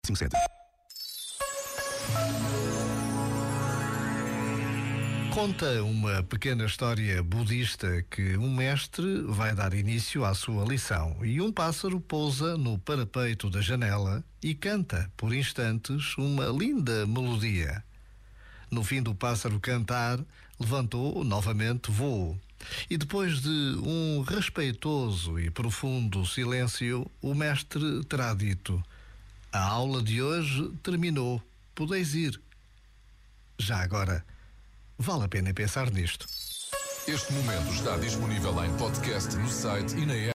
57. Conta uma pequena história budista que um mestre vai dar início à sua lição e um pássaro pousa no parapeito da janela e canta, por instantes, uma linda melodia. No fim do pássaro cantar, levantou novamente voo. E depois de um respeitoso e profundo silêncio, o mestre terá dito: "A aula de hoje terminou, podeis ir." Já agora, vale a pena pensar nisto. Este momento está disponível em podcast no site e na app.